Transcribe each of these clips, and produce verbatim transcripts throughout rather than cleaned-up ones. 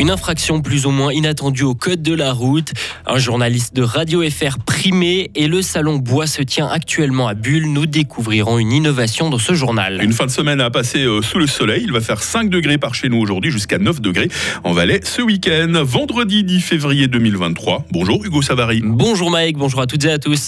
Une infraction plus ou moins inattendue au code de la route. Un journaliste de Radio F R primé et le salon bois se tient actuellement à Bulle. Nous découvrirons une innovation dans ce journal. Une fin de semaine à passer sous le soleil. Il va faire cinq degrés par chez nous aujourd'hui, jusqu'à neuf degrés en Valais ce week-end. Vendredi dix février deux mille vingt-trois. Bonjour Hugo Savary. Bonjour Mike, bonjour à toutes et à tous.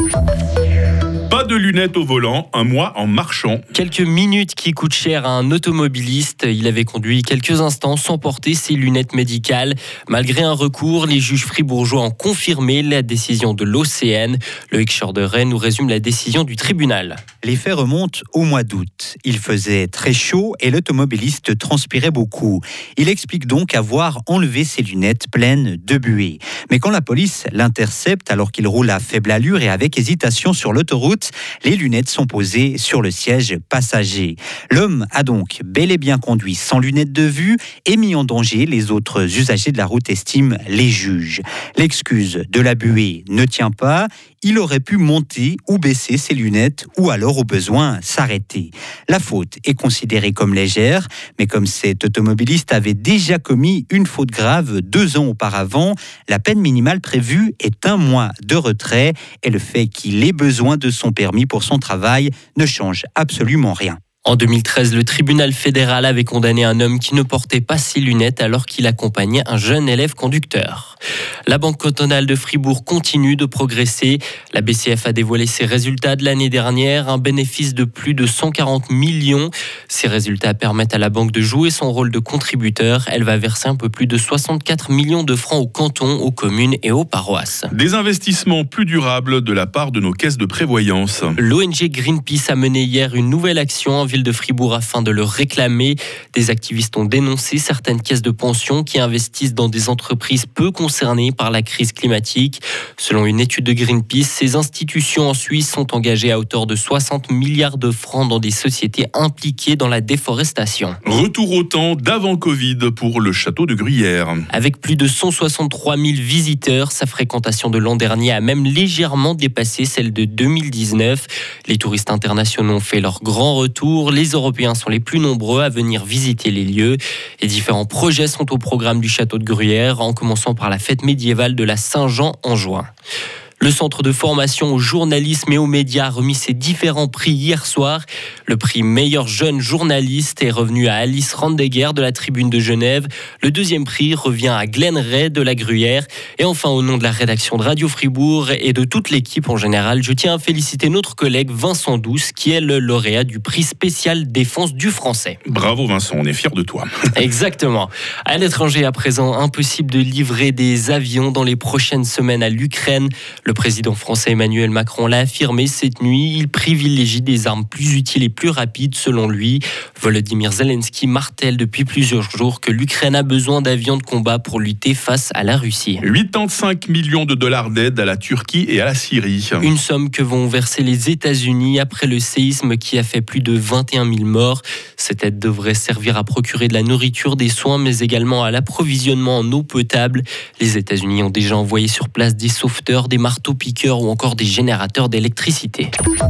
Pas de lunettes au volant, un mois en marchant. Quelques minutes qui coûtent cher à un automobiliste. Il avait conduit quelques instants sans porter ses lunettes médicales. Malgré un recours, les juges fribourgeois ont confirmé la décision de l'O C N. Loïc Chorderet nous résume la décision du tribunal. Les faits remontent au mois d'août. Il faisait très chaud et l'automobiliste transpirait beaucoup. Il explique donc avoir enlevé ses lunettes pleines de buée. Mais quand la police l'intercepte alors qu'il roule à faible allure et avec hésitation sur l'autoroute, les lunettes sont posées sur le siège passager. L'homme a donc bel et bien conduit sans lunettes de vue et mis en danger les autres usagers de la route, estiment les juges. L'excuse de la buée ne tient pas. Il aurait pu monter ou baisser ses lunettes ou alors au besoin s'arrêter. La faute est considérée comme légère, mais comme cet automobiliste avait déjà commis une faute grave deux ans auparavant, la peine minimale prévue est un mois de retrait et le fait qu'il ait besoin de son permis pour son travail ne change absolument rien. En deux mille treize, le tribunal fédéral avait condamné un homme qui ne portait pas ses lunettes alors qu'il accompagnait un jeune élève conducteur. La Banque cantonale de Fribourg continue de progresser. La B C F a dévoilé ses résultats de l'année dernière, un bénéfice de plus de cent quarante millions. Ces résultats permettent à la banque de jouer son rôle de contributeur. Elle va verser un peu plus de soixante-quatre millions de francs aux cantons, aux communes et aux paroisses. Des investissements plus durables de la part de nos caisses de prévoyance. L'O N G Greenpeace a mené hier une nouvelle action en ville de Fribourg afin de le réclamer. Des activistes ont dénoncé certaines caisses de pension qui investissent dans des entreprises peu concernées par la crise climatique. Selon une étude de Greenpeace, ces institutions en Suisse sont engagées à hauteur de soixante milliards de francs dans des sociétés impliquées dans la déforestation. Retour au temps d'avant Covid pour le château de Gruyère. Avec plus de cent soixante-trois mille visiteurs, sa fréquentation de l'an dernier a même légèrement dépassé celle de deux mille dix-neuf. Les touristes internationaux ont fait leur grand retour. Les Européens sont les plus nombreux à venir visiter les lieux. Et différents projets sont au programme du château de Gruyère, en commençant par la fête médiévale de la Saint-Jean en juin. Le centre de formation au journalisme et aux médias a remis ses différents prix hier soir. Le prix meilleur jeune journaliste est revenu à Alice Randegger de la Tribune de Genève. Le deuxième prix revient à Glenn Ray de la Gruyère. Et enfin, au nom de la rédaction de Radio Fribourg et de toute l'équipe en général, je tiens à féliciter notre collègue Vincent Douce, qui est le lauréat du prix spécial défense du français. Bravo Vincent, on est fiers de toi. Exactement. À l'étranger à présent, impossible de livrer des avions dans les prochaines semaines à l'Ukraine. Le président français Emmanuel Macron l'a affirmé cette nuit. Il privilégie des armes plus utiles et plus rapides selon lui. Volodymyr Zelensky martèle depuis plusieurs jours que l'Ukraine a besoin d'avions de combat pour lutter face à la Russie. quatre-vingt-quinze millions de dollars d'aide à la Turquie et à la Syrie. Une somme que vont verser les États-Unis après le séisme qui a fait plus de vingt et un mille morts. Cette aide devrait servir à procurer de la nourriture, des soins, mais également à l'approvisionnement en eau potable. Les États-Unis ont déjà envoyé sur place des sauveteurs, des marteaux piqueurs ou encore des générateurs d'électricité.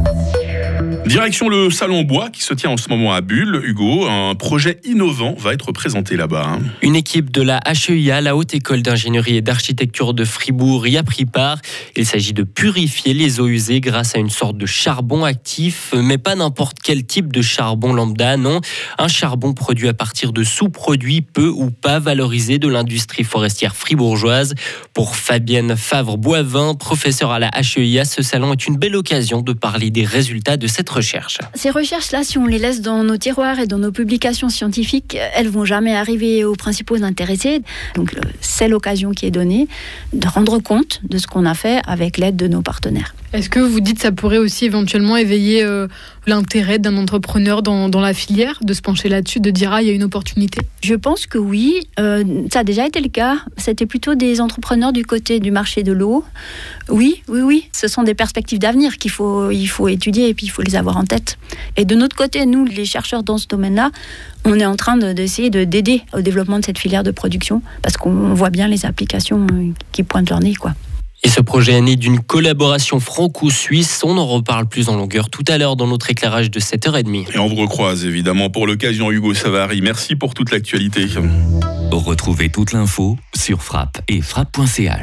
Direction le Salon Bois qui se tient en ce moment à Bulle. Hugo, un projet innovant va être présenté là-bas. Une équipe de la H E I A, la Haute École d'Ingénierie et d'Architecture de Fribourg, y a pris part. Il s'agit de purifier les eaux usées grâce à une sorte de charbon actif, mais pas n'importe quel type de charbon lambda, non. Un charbon produit à partir de sous-produits peu ou pas valorisés de l'industrie forestière fribourgeoise. Pour Fabienne Favre-Boivin, professeure à la H E I A, ce salon est une belle occasion de parler des résultats de cette recherche. Ces recherches-là, si on les laisse dans nos tiroirs et dans nos publications scientifiques, elles vont jamais arriver aux principaux intéressés. Donc c'est l'occasion qui est donnée de rendre compte de ce qu'on a fait avec l'aide de nos partenaires. Est-ce que vous dites que ça pourrait aussi éventuellement éveiller euh, l'intérêt d'un entrepreneur dans, dans la filière, de se pencher là-dessus, de dire « ah, il y a une opportunité » ? Je pense que oui. Euh, ça a déjà été le cas. C'était plutôt des entrepreneurs du côté du marché de l'eau. Oui, oui, oui. Ce sont des perspectives d'avenir qu'il faut, il faut étudier et puis il faut les avoir en tête. Et de notre côté, nous, les chercheurs dans ce domaine-là, on est en train de, d'essayer de, d'aider au développement de cette filière de production parce qu'on voit bien les applications qui pointent leur nez, quoi. Et ce projet est né d'une collaboration franco-suisse. On en reparle plus en longueur tout à l'heure dans notre éclairage de sept heures trente. Et on vous recroise évidemment pour l'occasion, Hugo Savary. Merci pour toute l'actualité. Retrouvez toute l'info sur frappe et frappe point c h.